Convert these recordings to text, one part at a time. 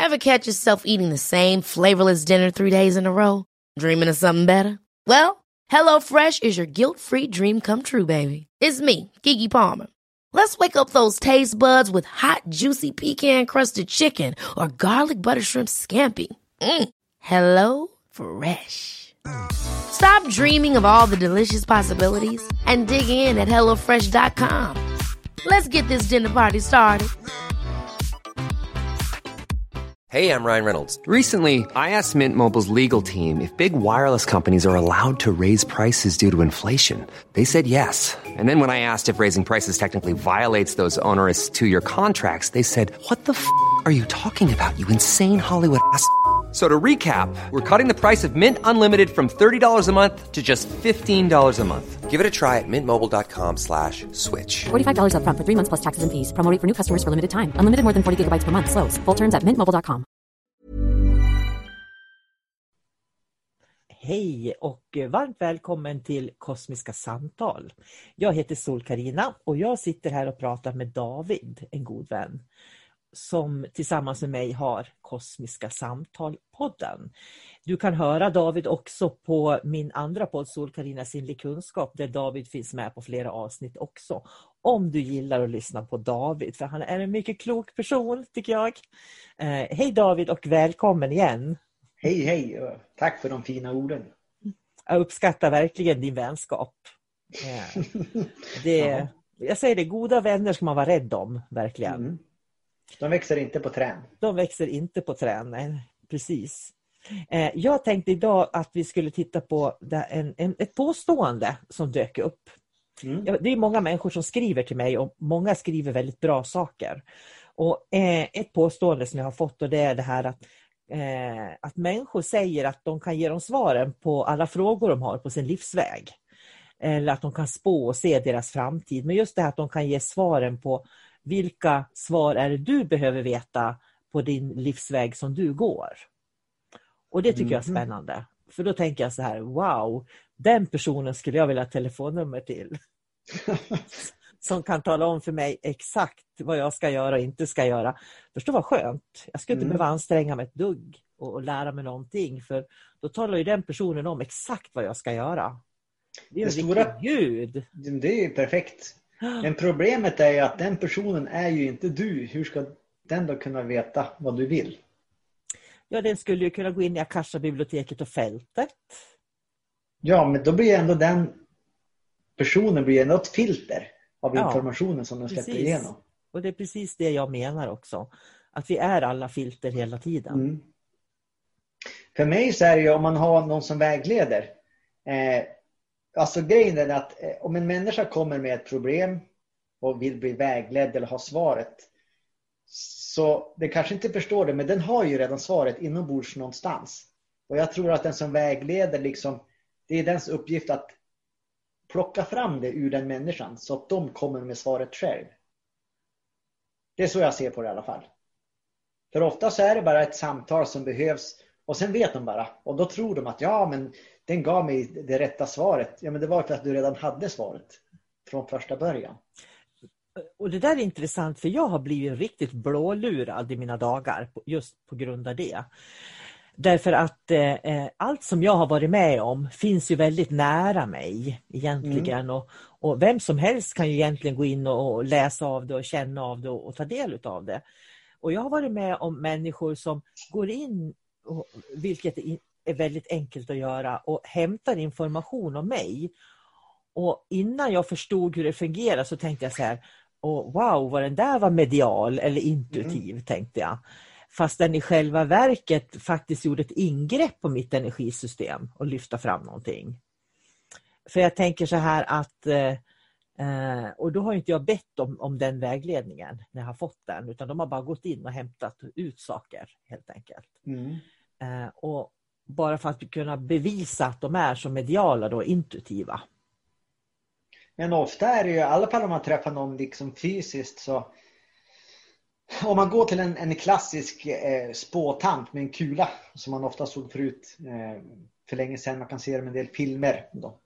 Ever catch yourself eating the same flavorless dinner 3 days in a row? Dreaming of something better? Well, HelloFresh is your guilt-free dream come true, baby. It's me, Keke Palmer. Let's wake up those taste buds with hot, juicy pecan-crusted chicken or garlic butter shrimp scampi. Hello Fresh. Stop dreaming of all the delicious possibilities and dig in at HelloFresh.com. Let's get this dinner party started. Hey, I'm Ryan Reynolds. Recently, I asked Mint Mobile's legal team if big wireless companies are allowed to raise prices due to inflation. They said yes. And then when I asked if raising prices technically violates those onerous two-year contracts, they said, "What the f*** are you talking about, you insane Hollywood ass?" So to recap, we're cutting the price of Mint Unlimited from $30 a month to just $15 a month. Give it a try at mintmobile.com/switch. $45 up front for 3 months plus taxes and fees. Promo rate for new customers for limited time. Unlimited more than 40 gigabytes per month. Slows full terms at mintmobile.com. Hej och varmt välkommen till Kosmiska samtal. Jag heter Sol-Carina och jag sitter här och pratar med David, en god vän, som tillsammans med mig har Kosmiska samtal-podden. Du kan höra David också på min andra podd Sol-Carina sinnlig kunskap, där David finns med på flera avsnitt också. Om du gillar att lyssna på David, för han är en mycket klok person tycker jag. Hej David och välkommen igen. Hej, tack för de fina orden. Jag uppskattar verkligen din vänskap. Jag säger det, goda vänner ska man vara rädd om, verkligen. Mm. De växer inte på trän. De växer inte på trän, nej, precis. Jag tänkte idag att vi skulle titta på ett påstående som dök upp. Mm. Det är många människor som skriver till mig och många skriver väldigt bra saker. Och ett påstående som jag har fått, och det är det här att människor säger att de kan ge dem svaren på alla frågor de har på sin livsväg. Eller att de kan spå och se deras framtid. Men just det här att de kan ge svaren på vilka svar är det du behöver veta på din livsväg som du går. Och det tycker jag är spännande. För då tänker jag så här, wow, den personen skulle jag vilja ha telefonnummer till. Som kan tala om för mig exakt vad jag ska göra och inte ska göra. Förstå vad skönt. Jag skulle inte behöva anstränga mig ett dugg och lära mig någonting. För då talar ju den personen om exakt vad jag ska göra. Det är ju stora Gud. Det är ju perfekt. Men problemet är ju att den personen är ju inte du. Hur ska den då kunna veta vad du vill? Ja, den skulle ju kunna gå in i Akasha-biblioteket och fältet. Ja, men då blir ändå den personen blir ändå ett filter av informationen som den släpper igenom. Och det är precis det jag menar också. Att vi är alla filter hela tiden. Mm. För mig så är det ju om man har någon som vägleder. Alltså grejen är att om en människa kommer med ett problem och vill bli vägledd eller ha svaret, så det kanske inte förstår det, men den har ju redan svaret inombords någonstans. Och jag tror att den som vägleder liksom, det är dens uppgift att plocka fram det ur den människan så att de kommer med svaret själv. Det är så jag ser på det i alla fall. För ofta så är det bara ett samtal som behövs och sen vet de bara. Och då tror de att ja, men den gav mig det rätta svaret. Ja, men det var för att du redan hade svaret från första början. Och det där är intressant, för jag har blivit riktigt blålurad i mina dagar just på grund av det. Därför att allt som jag har varit med om finns ju väldigt nära mig egentligen. Och vem som helst kan ju egentligen gå in och läsa av det och känna av det och ta del av det. Och jag har varit med om människor som går in, vilket är väldigt enkelt att göra, och hämtar information om mig. Och innan jag förstod hur det fungerar så tänkte jag så här, wow, vad den där var medial eller intuitiv, tänkte jag. Fast den i själva verket faktiskt gjorde ett ingrepp på mitt energisystem och lyfta fram någonting. För jag tänker så här att, och då har inte jag bett om den vägledningen när jag har fått den, utan de har bara gått in och hämtat ut saker helt enkelt. Och bara för att kunna bevisa att de är så mediala och intuitiva. Men ofta är det ju, i alla fall om man träffar någon liksom fysiskt, så om man går till en klassisk spåtant med en kula som man ofta såg förut för länge sedan, man kan se det med en del filmer då.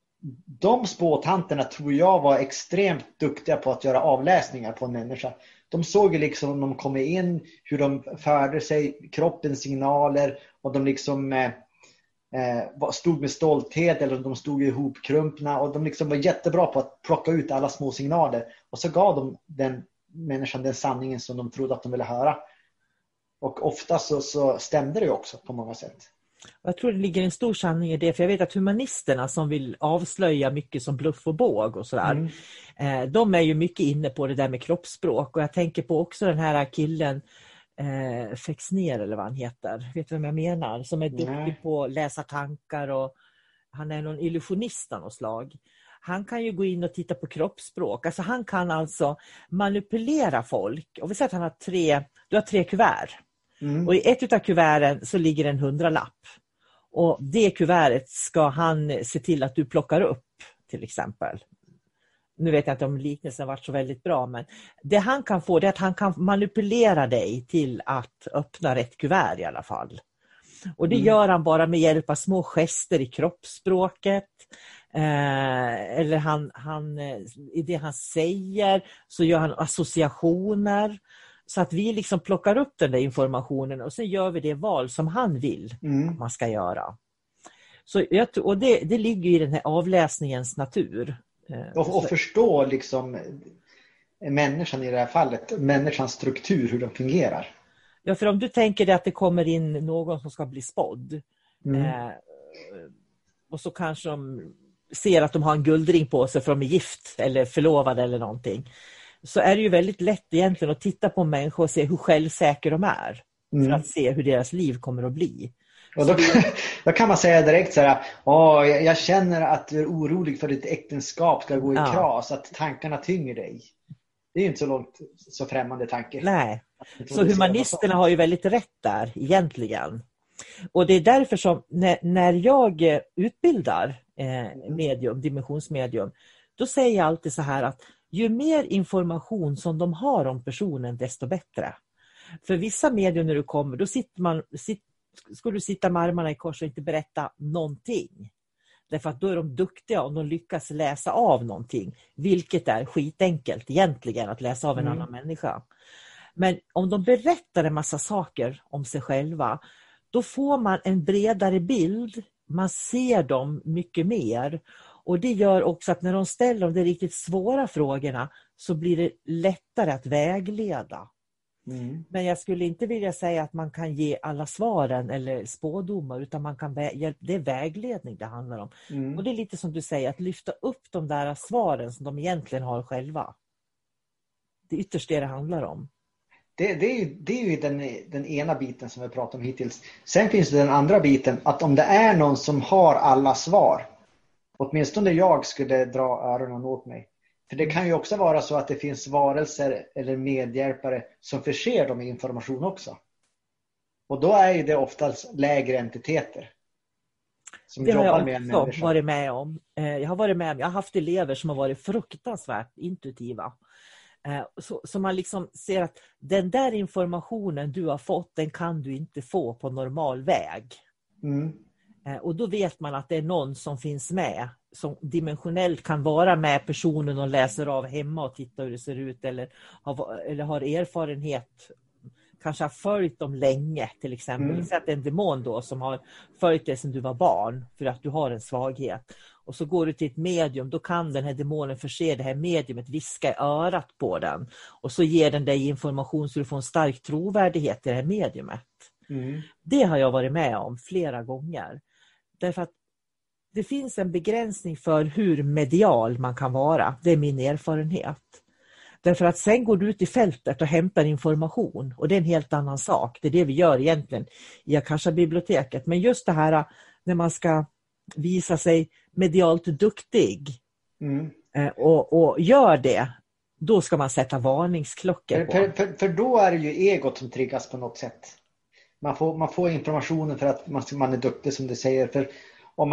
De spåtanterna tror jag var extremt duktiga på att göra avläsningar på en människa. de såg ju liksom när de kom in hur de förde sig, kroppens signaler, och de liksom stod med stolthet, eller de stod ihopkrumpna, och de liksom var jättebra på att plocka ut alla små signaler, och så gav de den människan den sanningen som de trodde att de ville höra. Och ofta så stämde det också på många sätt. Jag tror det ligger en stor sanning i det, för jag vet att humanisterna som vill avslöja mycket som bluff och båg och sådär, de är ju mycket inne på det där med kroppsspråk. Och jag tänker på också den här killen Fexner, eller vad han heter, vet du vem jag menar, som är duktig på att läsa tankar, och han är någon illusionist av något slag. Han kan ju gå in och titta på kroppsspråk. Alltså han kan alltså manipulera folk. Och vi säger att du har 3 kuvert. Och i ett av kuverten så ligger en 100-lapp. Och det kuvertet ska han se till att du plockar upp, till exempel. Nu vet jag inte om liknelsen varit så väldigt bra, men det han kan få, det är att han kan manipulera dig till att öppna rätt kuvert i alla fall. Och det gör han bara med hjälp av små gester i kroppsspråket. Eller i det han säger så gör han associationer. Så att vi liksom plockar upp den där informationen, och sen gör vi det val som han vill att man ska göra. Så och det ligger i den här avläsningens natur. Och förstå liksom människan i det här fallet, människans struktur, hur de fungerar. Ja, för om du tänker dig att det kommer in någon som ska bli spådd, och så kanske de ser att de har en guldring på sig för de är gift eller förlovade eller någonting, så är det ju väldigt lätt egentligen att titta på människor och se hur självsäkra de är, för att se hur deras liv kommer att bli. Och då kan man säga direkt så här: jag känner att du är orolig för ditt äktenskap ska gå i kras, att tankarna tynger dig. Det är ju inte så främmande tanke. Nej, så humanisterna har ju väldigt rätt där egentligen. Och det är därför som när jag utbildar dimensionsmedium, då säger jag alltid så här att ju mer information som de har om personen, desto bättre. För vissa medium när du kommer, då skulle du sitta med armarna i kors och inte berätta någonting. Därför att då är de duktiga om de lyckas läsa av någonting. Vilket är skitenkelt egentligen, att läsa av en annan människa. Men om de berättar en massa saker om sig själva, då får man en bredare bild. Man ser dem mycket mer. Och det gör också att när de ställer de riktigt svåra frågorna, så blir det lättare att vägleda. Men jag skulle inte vilja säga att man kan ge alla svaren eller spådomar, utan man kan det är vägledning det handlar om. Och det är lite som du säger, att lyfta upp de där svaren som de egentligen har själva. Det är ytterst det handlar om. Det är ju den ena biten som vi pratat om hittills. Sen finns det den andra biten, att om det är någon som har alla svar, åtminstone jag skulle dra öronen åt mig. För det kan ju också vara så att det finns varelser eller medhjälpare som förser dem med information också. Och då är ju det oftast lägre entiteter som det jobbar med en människa. Varit med om. Jag har haft elever som har varit fruktansvärt intuitiva. Så man liksom ser att den där informationen du har fått, den kan du inte få på normal väg. Och då vet man att det är någon som finns med, som dimensionellt kan vara med personen och läser av hemma och tittar hur det ser ut, eller har erfarenhet, kanske har följt dem länge till exempel. Så att det är en demon då som har följt dig sedan du var barn för att du har en svaghet. Och så går du till ett medium, då kan den här demonen förse det här mediumet, viska i örat på den. Och så ger den dig information så du får en stark trovärdighet i det här mediumet. Det har jag varit med om flera gånger. Därför att det finns en begränsning för hur medial man kan vara. Det är min erfarenhet. Därför att sen går du ut i fältet och hämtar information. Och det är en helt annan sak. Det är det vi gör egentligen i Akasha-biblioteket. Men just det här när man ska visa sig medialt duktig och gör det, då ska man sätta varningsklockor på. För då är det ju egot som triggas på något sätt. Man får informationen för att man är duktig, som du säger. För om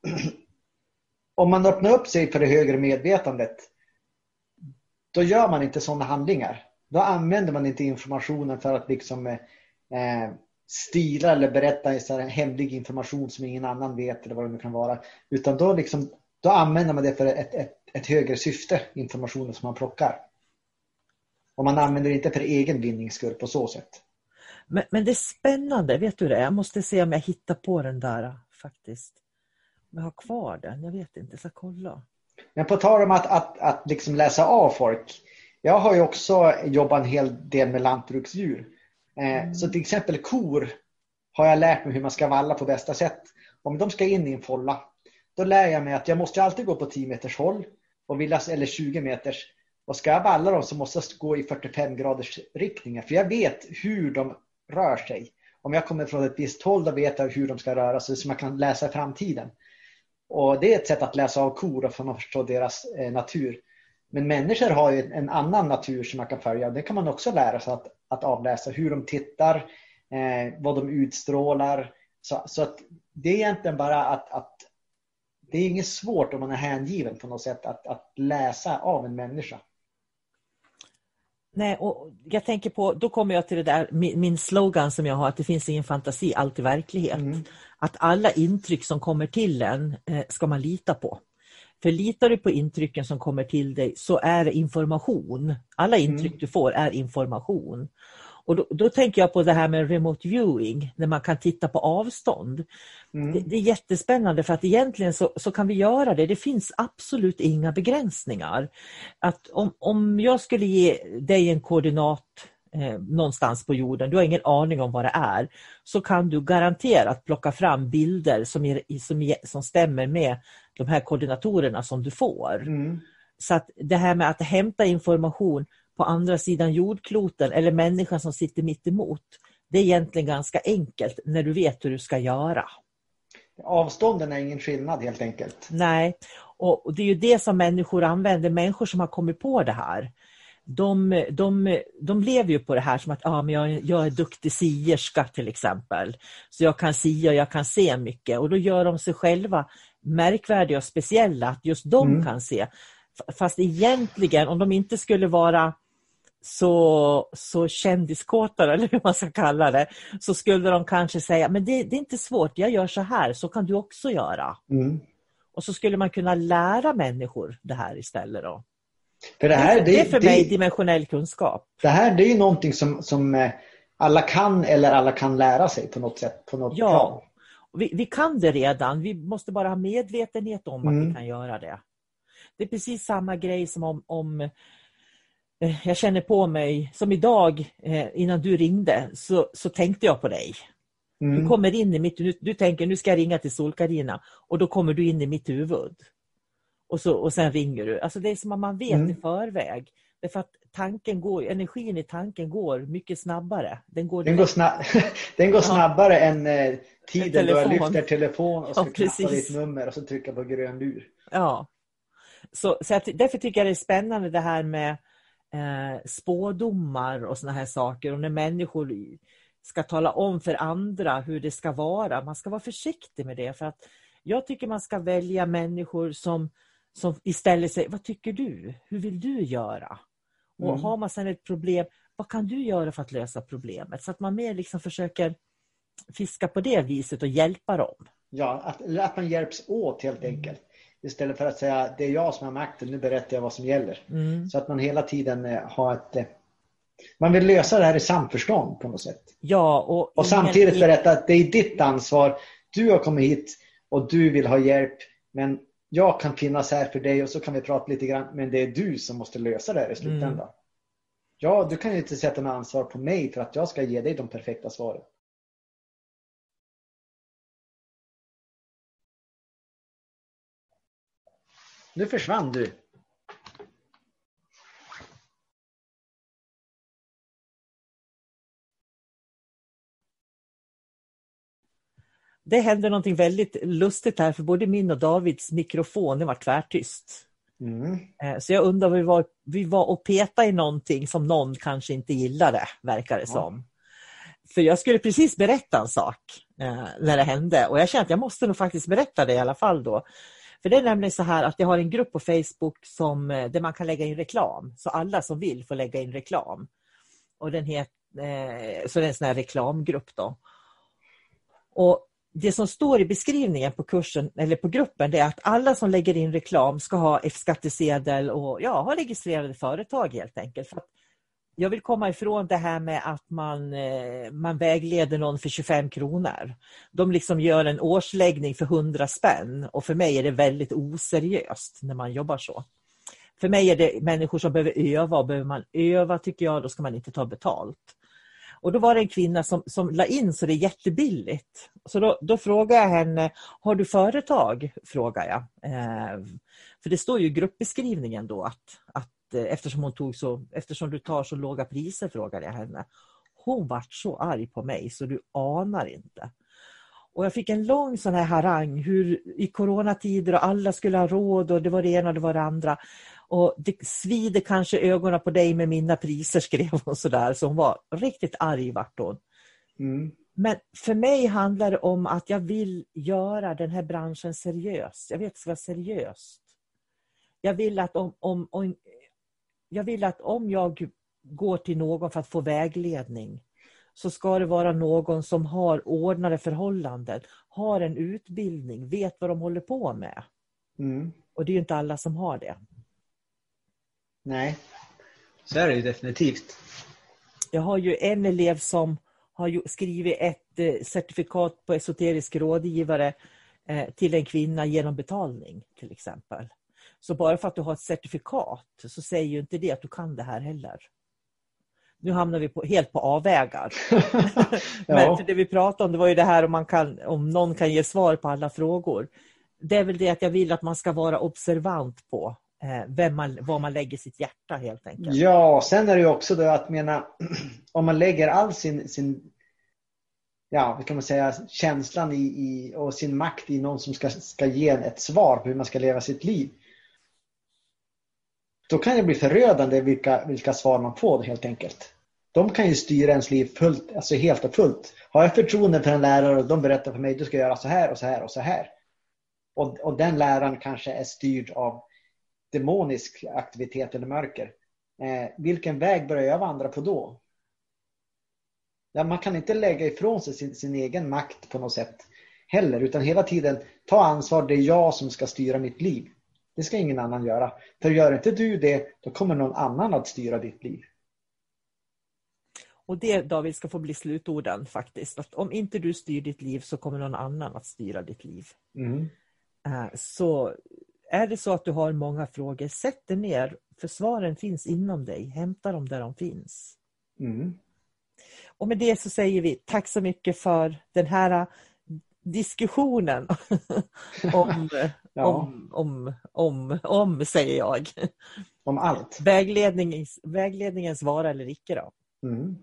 man öppnar upp sig för det högre medvetandet, då gör man inte sådana handlingar. Då använder man inte informationen för att liksom stila eller berätta så här hemlig information som ingen annan vet eller vad det nu kan vara. Utan då använder man det för ett högre syfte, informationen som man plockar. Och man använder det inte för egen vinnings skull på så sätt. Men det är spännande, vet du det? Jag måste se om jag hittar på den där faktiskt. Om jag har kvar den, jag vet inte, så kolla. Men på tal om att liksom läsa av folk. Jag har ju också jobbat en hel del med lantbruksdjur. Så till exempel kor har jag lärt mig hur man ska valla på bästa sätt. Om de ska in i en folla, då lär jag mig att jag måste alltid gå på 10 meters håll eller 20 meters. Och ska jag valla dem så måste jag gå i 45 graders riktningar. För jag vet hur de rör sig. Om jag kommer från ett visst håll, då vet jag hur de ska röra sig så man kan läsa i framtiden. Och det är ett sätt att läsa av kor för att man förstår deras natur. Men människor har ju en annan natur som man kan följa. Det kan man också lära sig att avläsa. Hur de tittar, vad de utstrålar. Så att det är egentligen bara att det är inget svårt om man är hängiven på något sätt att läsa av en människa. Nej, och jag tänker på, då kommer jag till det där, min slogan som jag har, att det finns ingen fantasi, allt är verklighet. Att alla intryck som kommer till en ska man lita på. För litar du på intrycken som kommer till dig så är det information. Alla intryck du får är information. Och då tänker jag på det här med remote viewing, när man kan titta på avstånd. Det är jättespännande för att egentligen så kan vi göra det. Det finns absolut inga begränsningar. Att om jag skulle ge dig en koordinat någonstans på jorden, du har ingen aning om vad det är, så kan du garanterat plocka fram bilder som stämmer med de här koordinatorerna som du får. Så att det här med att hämta information på andra sidan jordkloten eller människan som sitter mitt emot, det är egentligen ganska enkelt när du vet hur du ska göra. Avstånden är ingen skillnad helt enkelt. Nej, och det är ju det som människor använder. Människor som har kommit på det här, de lever ju på det här som att men jag är duktig sierska till exempel. Så jag kan sia och jag kan se mycket. Och då gör de sig själva märkvärdiga och speciella att just de kan se. Fast egentligen, om de inte skulle vara så kändiskåtare eller hur man ska kalla det, så skulle de kanske säga, men det är inte svårt, jag gör så här, så kan du också göra. Och så skulle man kunna lära människor det här istället då. För det är för mig dimensionell kunskap. Det här, det är ju någonting som alla kan eller alla kan lära sig på något sätt. På något plan. Vi kan det redan, vi måste bara ha medvetenhet om att vi kan göra det. Det är precis samma grej som om jag känner på mig, som idag innan du ringde så tänkte jag på dig. Du kommer in i mitt, du tänker nu ska jag ringa till Sol-Carina och då kommer du in i mitt huvud. Och sen ringer du. Alltså det är som att man vet i förväg. Det är för att energin i tanken går mycket snabbare. Den går snabbare än tiden då jag lyfter telefon och ska knappa ditt nummer och så trycka på grön lur. Ja. Så därför tycker jag det är spännande det här med spådomar och såna här saker. Och när människor ska tala om för andra hur det ska vara. Man ska vara försiktig med det. För att jag tycker man ska välja människor som istället säger, vad tycker du? Hur vill du göra? Och har man sedan ett problem, vad kan du göra för att lösa problemet? Så att man mer liksom försöker fiska på det viset och hjälpa dem. Ja, att man hjälps åt helt enkelt. Istället för att säga, det är jag som har makten, nu berättar jag vad som gäller. Så att man hela tiden har man vill lösa det här i samförstånd på något sätt. Ja, och samtidigt berätta att det är ditt ansvar. Du har kommit hit och du vill ha hjälp, men jag kan finnas här för dig och så kan vi prata lite grann, men det är du som måste lösa det här i slutändan. Ja, du kan ju inte sätta med ansvar på mig för att jag ska ge dig de perfekta svaren. Nu försvann du. Det hände någonting väldigt lustigt här, för både min och Davids mikrofon var tvärtyst. Så jag undrar, vi var och petade i någonting som någon kanske inte gillade, verkar det som. För jag skulle precis berätta en sak när det hände. Och jag kände att jag måste nog faktiskt berätta det i alla fall då. För det är nämligen så här att jag har en grupp på Facebook där man kan lägga in reklam. Så alla som vill får lägga in reklam. Och så det är en sån här reklamgrupp då. Och det som står i beskrivningen på kursen eller på gruppen, det är att alla som lägger in reklam ska ha F-skattesedel och ha registrerade företag helt enkelt. För att Jag vill komma ifrån det här med att man vägleder någon för 25 kronor. De liksom gör en årsläggning för 100 spänn. Och för mig är det väldigt oseriöst när man jobbar så. För mig är det människor som behöver öva, och behöver man öva tycker jag, då ska man inte ta betalt. Och då var det en kvinna som la in så det är jättebilligt. Så då frågar jag henne, har du företag? Frågar jag. För det står ju i gruppbeskrivningen då att eftersom du tar så låga priser, frågade jag henne. Hon var så arg på mig så du anar inte. Och jag fick en lång sån här harang hur i coronatider och alla skulle ha råd och det var det ena och det var det andra. Och det svider kanske ögonen på dig med mina priser, skrev hon sådär. Så hon var riktigt arg vart hon. Mm. Men för mig handlar det om att jag vill göra den här branschen seriös. Jag vet att det ska vara seriöst. Jag vill att om jag går till någon för att få vägledning, så ska det vara någon som har ordnade förhållanden, har en utbildning, vet vad de håller på med. Mm. Och det är ju inte alla som har det. Nej, så är det ju definitivt. Jag har ju en elev som har skrivit ett certifikat på esoterisk rådgivare till en kvinna genom betalning till exempel. Så bara för att du har ett certifikat så säger ju inte det att du kan det här heller. Nu hamnar vi helt på avvägar. Men för det vi pratade om, det var ju det här om någon kan ge svar på alla frågor. Det är väl det att jag vill att man ska vara observant på var man lägger sitt hjärta helt enkelt. Ja, sen är det ju också då att om man lägger all sin vad kan man säga, känslan och sin makt i någon som ska ge ett svar på hur man ska leva sitt liv. Då kan det bli förödande vilka svar man får helt enkelt. De kan ju styra ens liv helt och fullt. Har jag förtroende för en lärare och de berättar för mig du ska göra så här och så här och så här. Och den läraren kanske är styrd av demonisk aktivitet eller mörker. Vilken väg börjar jag vandra på då? Ja, man kan inte lägga ifrån sig sin egen makt på något sätt heller. Utan hela tiden ta ansvar, det är jag som ska styra mitt liv. Det ska ingen annan göra. För gör inte du det, då kommer någon annan att styra ditt liv. Och det, David, ska få bli slutorden faktiskt. Att om inte du styr ditt liv så kommer någon annan att styra ditt liv. Mm. Så är det så att du har många frågor, sätt dig ner. För svaren finns inom dig. Hämta dem där de finns. Mm. Och med det så säger vi tack så mycket för den här diskussionen om säger jag. Om allt. Vägledningens vara eller icke då. Mm.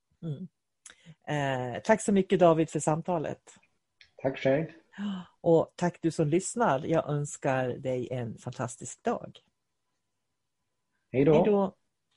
Mm. Tack så mycket David för samtalet. Tack själv. Och tack du som lyssnar. Jag önskar dig en fantastisk dag. Hej då. Hej då.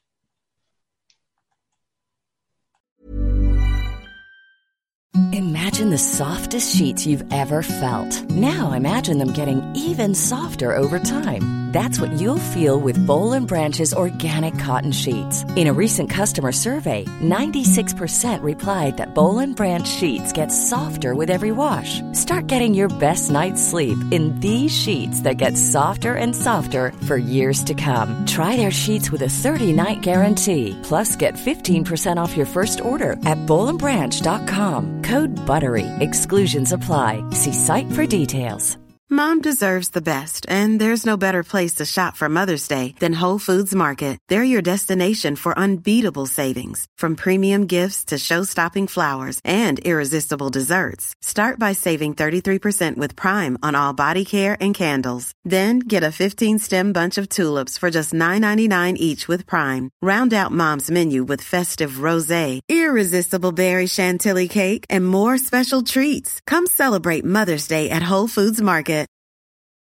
Imagine the softest sheets you've ever felt. Now imagine them getting even softer over time. That's what you'll feel with Boll & Branch's organic cotton sheets. In a recent customer survey, 96% replied that Boll & Branch sheets get softer with every wash. Start getting your best night's sleep in these sheets that get softer and softer for years to come. Try their sheets with a 30-night guarantee. Plus, get 15% off your first order at bollandbranch.com. Code BUTTERY. Exclusions apply. See site for details. Mom deserves the best, and there's no better place to shop for Mother's Day than Whole Foods Market. They're your destination for unbeatable savings, from premium gifts to show-stopping flowers and irresistible desserts. Start by saving 33% with Prime on all body care and candles. Then get a 15-stem bunch of tulips for just $9.99 each with Prime. Round out Mom's menu with festive rosé, irresistible berry chantilly cake, and more special treats. Come celebrate Mother's Day at Whole Foods Market.